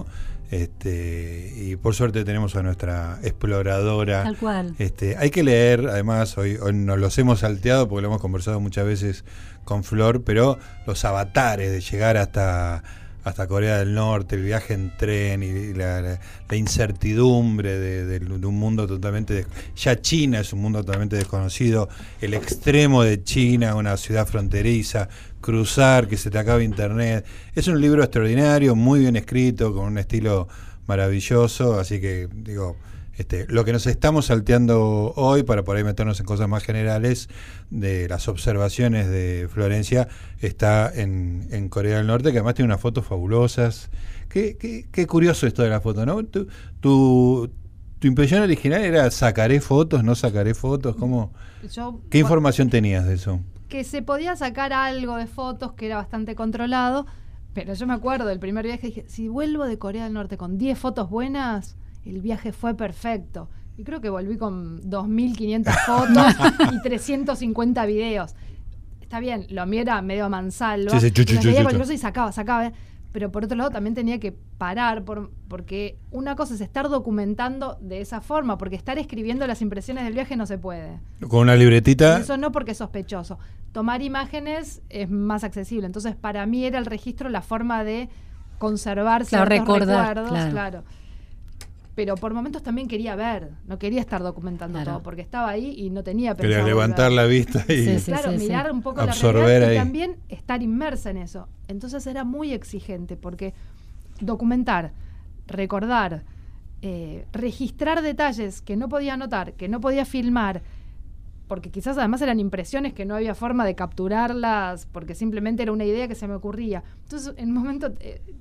Y por suerte tenemos a nuestra exploradora. Tal cual. Hay que leer, además, hoy nos los hemos salteado porque lo hemos conversado muchas veces con Flor, pero los avatares de llegar hasta Corea del Norte, el viaje en tren y la incertidumbre de un mundo totalmente... Ya China es un mundo totalmente desconocido, el extremo de China, una ciudad fronteriza, cruzar, que se te acabe internet. Es un libro extraordinario, muy bien escrito, con un estilo maravilloso, así que digo... lo que nos estamos salteando hoy, para por ahí meternos en cosas más generales, de las observaciones de Florencia, está en Corea del Norte, que además tiene unas fotos fabulosas. Qué curioso esto de la foto, ¿no? Tu impresión original era ¿sacaré fotos? ¿No sacaré fotos? ¿Cómo? ¿Qué información tenías de eso? Que se podía sacar algo de fotos, que era bastante controlado, pero yo me acuerdo del primer viaje, dije, si vuelvo de Corea del Norte con 10 fotos buenas... El viaje fue perfecto. Y creo que volví con 2.500 fotos y 350 videos. Está bien, lo mío era medio a mansalva. Y sacaba. Pero por otro lado también tenía que parar porque una cosa es estar documentando de esa forma, porque estar escribiendo las impresiones del viaje no se puede. Con una libretita. Eso no, porque es sospechoso. Tomar imágenes es más accesible. Entonces para mí era el registro la forma de conservar ciertos recuerdos. Claro. Pero por momentos también quería ver, no quería estar documentando todo, porque estaba ahí y no tenía pensado. Quería levantar la vista y mirar un poco absorber la realidad ahí. Y también estar inmersa en eso. Entonces era muy exigente, porque documentar, recordar, registrar detalles que no podía anotar, que no podía filmar, porque quizás además eran impresiones que no había forma de capturarlas, porque simplemente era una idea que se me ocurría. Entonces en un momento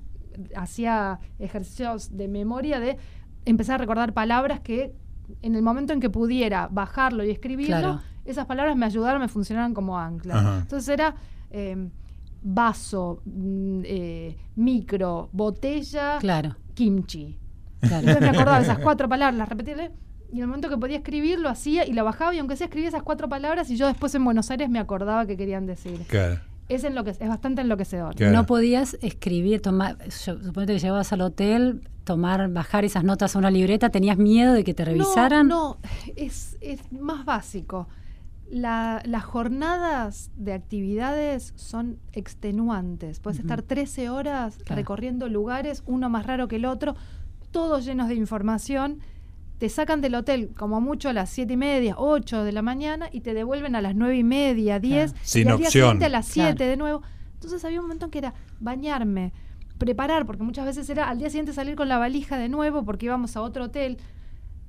hacía ejercicios de memoria de empezar a recordar palabras que en el momento en que pudiera bajarlo y escribirlo, esas palabras me ayudaron, me funcionaron como ancla. Entonces era vaso, micro, botella, kimchi. Entonces me acordaba de esas 4 palabras, las repetía, y en el momento que podía escribir lo hacía y la bajaba, y aunque sea escribía esas 4 palabras, y yo después en Buenos Aires me acordaba qué querían decir. Es bastante enloquecedor. No podías escribir, suponete que llegabas al hotel, bajar esas notas a una libreta, ¿tenías miedo de que te revisaran? No, es más básico. Las jornadas de actividades son extenuantes. Puedes estar 13 horas recorriendo lugares, uno más raro que el otro, todos llenos de información. Te sacan del hotel como mucho a las 7:30, 8 de la mañana y te devuelven a las 9:30, 10, sin y al opción. día siguiente a las 7 de nuevo. Entonces había un momento en que era bañarme, preparar, porque muchas veces era al día siguiente salir con la valija de nuevo porque íbamos a otro hotel.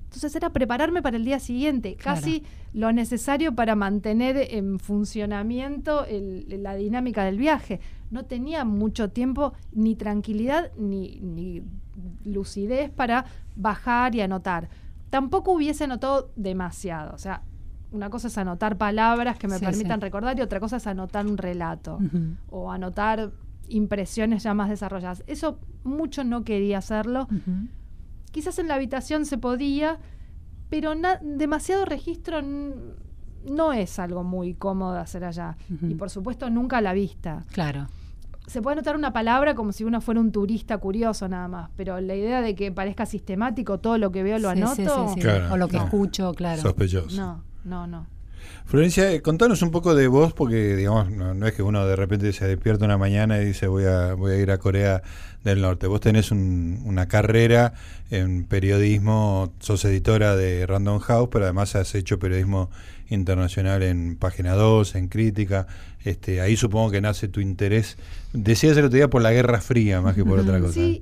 Entonces era prepararme para el día siguiente, casi lo necesario para mantener en funcionamiento la dinámica del viaje. No tenía mucho tiempo, ni tranquilidad, ni lucidez para bajar y anotar. Tampoco hubiese anotado demasiado. O sea, una cosa es anotar palabras que me permitan recordar y otra cosa es anotar un relato o anotar impresiones ya más desarrolladas. Eso mucho no quería hacerlo. Quizás en la habitación se podía, pero demasiado registro no es algo muy cómodo de hacer allá. Y por supuesto nunca a la vista. Claro. Se puede anotar una palabra como si uno fuera un turista curioso nada más, pero la idea de que parezca sistemático, todo lo que veo lo anoto. Claro, o lo que escucho, claro. Sospechoso. No. Florencia, contanos un poco de vos, porque digamos no es que uno de repente se despierta una mañana y dice voy a ir a Corea del Norte. Vos tenés una carrera en periodismo, sos editora de Random House, pero además has hecho periodismo internacional en Página 2, en Crítica. Ahí supongo que nace tu interés. Decías el otro día por la Guerra Fría más que por otra cosa. Sí,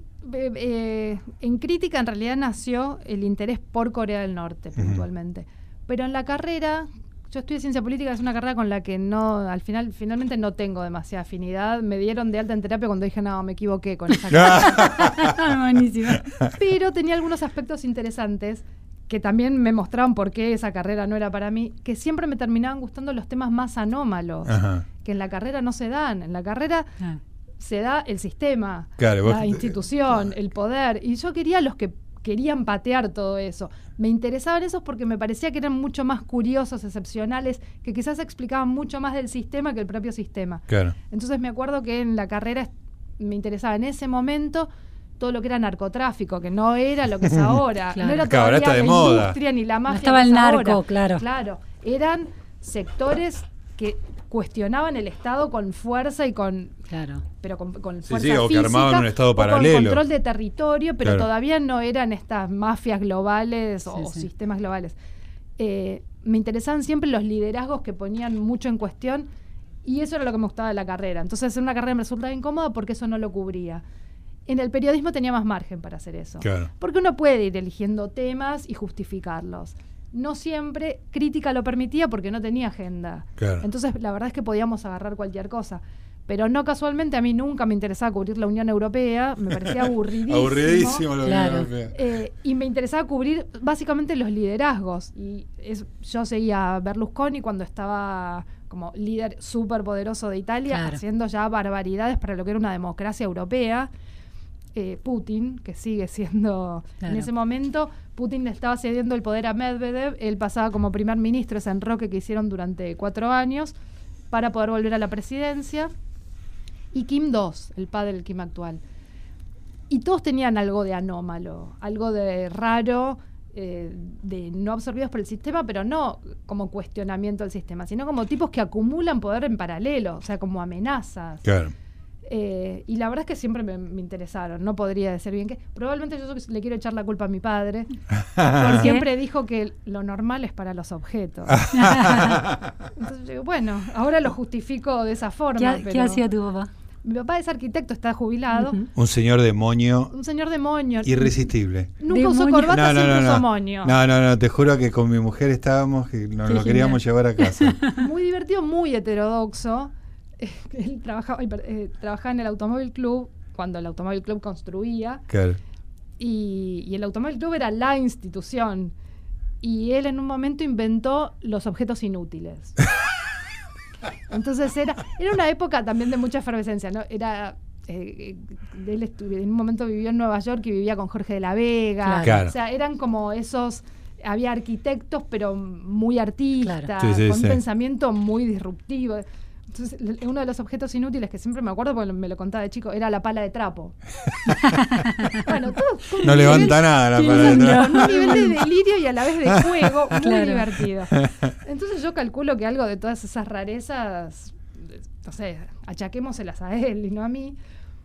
en Crítica en realidad nació el interés por Corea del Norte puntualmente. Pero en la carrera, yo estudié ciencia política, es una carrera con la que finalmente no tengo demasiada afinidad. Me dieron de alta en terapia cuando dije, no, me equivoqué con esa carrera. Buenísimo. Pero tenía algunos aspectos interesantes que también me mostraban por qué esa carrera no era para mí, que siempre me terminaban gustando los temas más anómalos, que en la carrera no se dan. En la carrera se da el sistema, la institución, el poder, y yo quería los que querían patear todo eso. Me interesaban esos porque me parecía que eran mucho más curiosos, excepcionales, que quizás explicaban mucho más del sistema que el propio sistema. Claro. Entonces me acuerdo que en la carrera me interesaba en ese momento todo lo que era narcotráfico, que no era lo que es ahora. No era todavía está de la moda. Industria ni la mafia. No estaba el narco, ahora. Claro. Eran sectores que cuestionaban el Estado con fuerza y con fuerza física, o que armaban un Estado paralelo, con control de territorio, pero todavía no eran estas mafias globales o sistemas globales. Me interesaban siempre los liderazgos que ponían mucho en cuestión, y eso era lo que me gustaba de la carrera. Entonces hacer una carrera me resultaba incómoda porque eso no lo cubría. En el periodismo tenía más margen para hacer eso, porque uno puede ir eligiendo temas y justificarlos. No siempre Crítica lo permitía porque no tenía agenda. Entonces la verdad es que podíamos agarrar cualquier cosa. Pero no casualmente, a mí nunca me interesaba cubrir la Unión Europea, me parecía aburridísimo. La Unión Europea. Y me interesaba cubrir básicamente los liderazgos. Y yo seguía a Berlusconi cuando estaba como líder súper poderoso de Italia, haciendo ya barbaridades para lo que era una democracia europea. Putin, que sigue siendo en ese momento, Putin le estaba cediendo el poder a Medvedev, él pasaba como primer ministro, ese enroque que hicieron durante 4 años para poder volver a la presidencia, y Kim II, el padre del Kim actual. Y todos tenían algo de anómalo, algo de raro, de no absorbidos por el sistema, pero no como cuestionamiento del sistema, sino como tipos que acumulan poder en paralelo, o sea, como amenazas. Y la verdad es que siempre me interesaron. No podría decir bien que probablemente yo le quiero echar la culpa a mi padre, porque siempre dijo que lo normal es para los objetos. Entonces yo digo, bueno, ahora lo justifico de esa forma. ¿Qué hacía tu papá? Mi papá es arquitecto, está jubilado. Un señor demonio. Un señor demonio. Irresistible. Nunca usó corbata, siempre usó moño. No, te juro que con mi mujer estábamos, que nos lo queríamos llevar a casa. Muy divertido, muy heterodoxo. Él trabajaba en el Automóvil Club, cuando el Automóvil Club construía. Y el Automóvil Club era la institución. Y él en un momento inventó los objetos inútiles. Entonces era una época también de mucha efervescencia, ¿no? Él en un momento vivió en Nueva York y vivía con Jorge de la Vega. O sea, eran como esos... Había arquitectos, pero muy artistas, con un pensamiento muy disruptivo. Entonces, uno de los objetos inútiles que siempre me acuerdo, porque me lo contaba de chico, era la pala de trapo. Bueno, todo no levanta nada la pala de trapo. Con un nivel de delirio y a la vez de juego muy divertido. Entonces yo calculo que algo de todas esas rarezas, no sé, achaquémoselas a él y no a mí.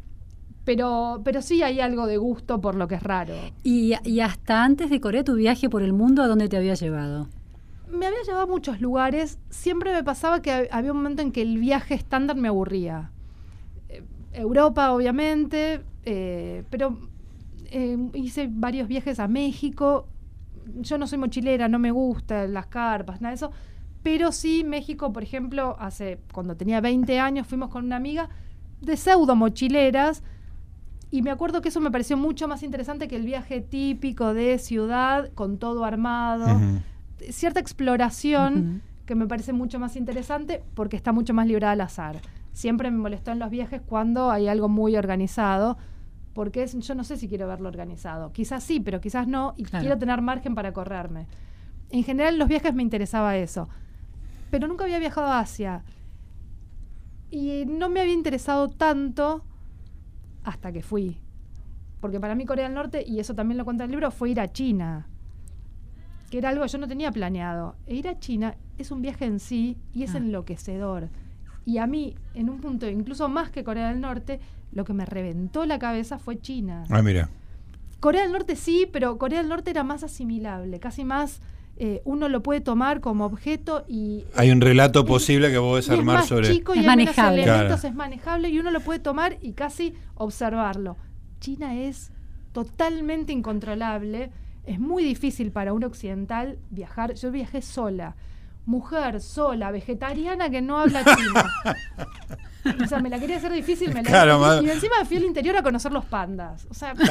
Pero sí hay algo de gusto por lo que es raro. Y hasta antes de Corea, tu viaje por el mundo, ¿a dónde te había llevado? Me había llevado a muchos lugares. Siempre me pasaba que había un momento en que el viaje estándar me aburría. Europa, obviamente, pero hice varios viajes a México. yo no soy mochilera, no me gustan las carpas, nada de eso, pero sí México, por ejemplo, cuando tenía 20 años fuimos con una amiga de pseudo mochileras, y me acuerdo que eso me pareció mucho más interesante que el viaje típico de ciudad con todo armado, cierta exploración que me parece mucho más interesante porque está mucho más librada al azar. Siempre me molestó en los viajes cuando hay algo muy organizado, porque yo no sé si quiero verlo organizado. Quizás sí, pero quizás no, y quiero tener margen para correrme. En general, en los viajes me interesaba eso. Pero nunca había viajado a Asia. Y no me había interesado tanto hasta que fui. Porque para mí Corea del Norte, y eso también lo cuenta el libro, fue ir a China. Que era algo que yo no tenía planeado. E ir a China es un viaje en sí y es enloquecedor. Y a mí, en un punto, incluso más que Corea del Norte, lo que me reventó la cabeza fue China. Ah, mira. Corea del Norte sí, pero Corea del Norte era más asimilable, casi más uno lo puede tomar como objeto y... Hay un relato posible que vos podés armar sobre... Chico y es manejable. manejable. Es manejable y uno lo puede tomar y casi observarlo. China es totalmente incontrolable, es muy difícil para un occidental viajar. Yo viajé sola, mujer sola, vegetariana que no habla chino. O sea, me la quería hacer difícil, y encima me fui al interior a conocer los pandas. O sea,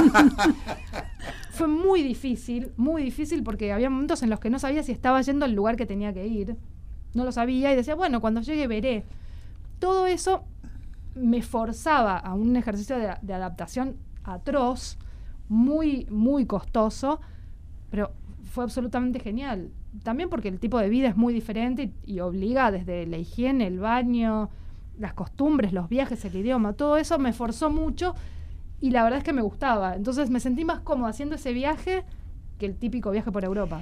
fue muy difícil porque había momentos en los que no sabía si estaba yendo al lugar que tenía que ir. No lo sabía y decía, bueno, cuando llegue veré. Todo eso me forzaba a un ejercicio de adaptación atroz, muy, muy costoso, pero fue absolutamente genial. También porque el tipo de vida es muy diferente y obliga desde la higiene, el baño, las costumbres, los viajes, el idioma, todo eso me forzó mucho y la verdad es que me gustaba. Entonces me sentí más cómoda haciendo ese viaje que el típico viaje por Europa.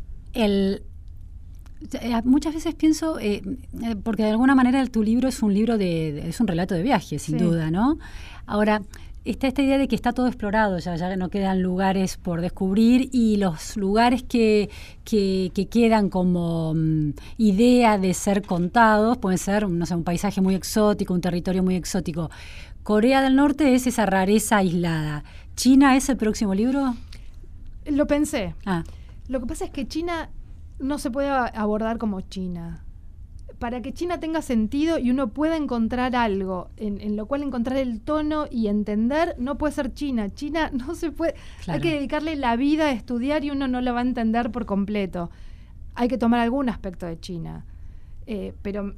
Muchas veces pienso, porque de alguna manera tu libro es un libro es un relato de viaje, sin duda, ¿no? Ahora, está esta idea de que está todo explorado, ya no quedan lugares por descubrir y los lugares que quedan como idea de ser contados pueden ser, no sé, un paisaje muy exótico, un territorio muy exótico. Corea del Norte es esa rareza aislada. ¿China es el próximo libro? Lo pensé. Lo que pasa es que China no se puede abordar como China. Para que China tenga sentido y uno pueda encontrar algo en lo cual encontrar el tono y entender, no puede ser China. China no se puede... Claro. Hay que dedicarle la vida a estudiar y uno no lo va a entender por completo. Hay que tomar algún aspecto de China. Pero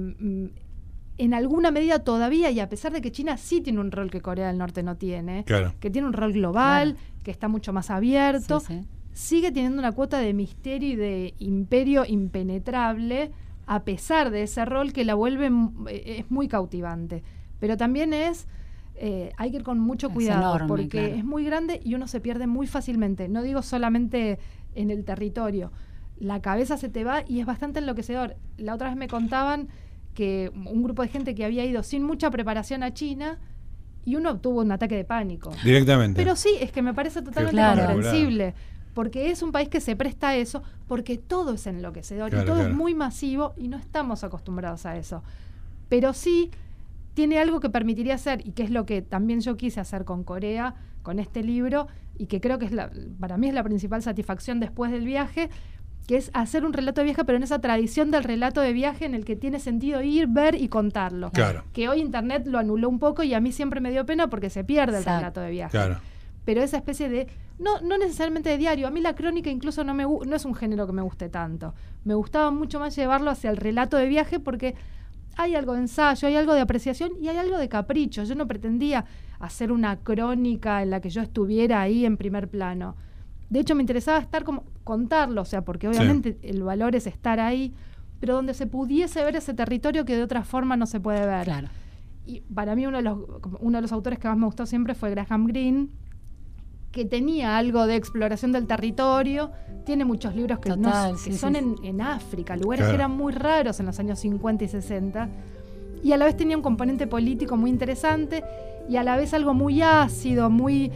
en alguna medida todavía, y a pesar de que China sí tiene un rol que Corea del Norte no tiene, que tiene un rol global, que está mucho más abierto, sigue teniendo una cuota de misterio y de imperio impenetrable, a pesar de ese rol que la vuelve es muy cautivante. Pero también hay que ir con mucho cuidado, enorme, porque es muy grande y uno se pierde muy fácilmente. No digo solamente en el territorio. La cabeza se te va y es bastante enloquecedor. La otra vez me contaban que un grupo de gente que había ido sin mucha preparación a China y uno tuvo un ataque de pánico. Directamente. Pero sí, es que me parece totalmente comprensible. Porque es un país que se presta a eso, porque todo es enloquecedor y todo es muy masivo y no estamos acostumbrados a eso. Pero sí tiene algo que permitiría hacer, y que es lo que también yo quise hacer con Corea, con este libro, y que creo que para mí es la principal satisfacción después del viaje, que es hacer un relato de viaje, pero en esa tradición del relato de viaje en el que tiene sentido ir, ver y contarlo. Que hoy Internet lo anuló un poco y a mí siempre me dio pena porque se pierde el relato de viaje. Pero esa especie de... No necesariamente de diario. A mí la crónica incluso no es un género que me guste tanto. Me gustaba mucho más llevarlo hacia el relato de viaje porque hay algo de ensayo, hay algo de apreciación y hay algo de capricho. Yo no pretendía hacer una crónica en la que yo estuviera ahí en primer plano. De hecho, me interesaba contarlo, o sea, porque obviamente el valor es estar ahí, pero donde se pudiese ver ese territorio que de otra forma no se puede ver. Claro. Y para mí uno de los autores que más me gustó siempre fue Graham Greene, que tenía algo de exploración del territorio. Tiene muchos libros que son en África, lugares que eran muy raros en los años 50 y 60, y a la vez tenía un componente político muy interesante y a la vez algo muy ácido, muy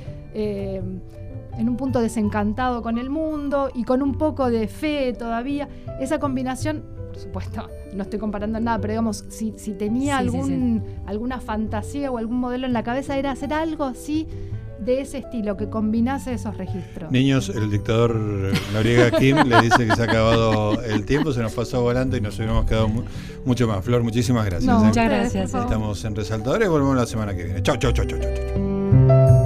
en un punto desencantado con el mundo y con un poco de fe todavía. Esa combinación, por supuesto, no estoy comparando nada, pero digamos, si tenía alguna fantasía o algún modelo en la cabeza, era hacer algo así de ese estilo, que combinase esos registros. Niños, el dictador Noriega Kim le dice que se ha acabado el tiempo, se nos pasó volando y nos hubiéramos quedado mucho más. Flor, muchísimas gracias. Muchas gracias. Estamos en Resaltadores, volvemos la semana que viene. Chau.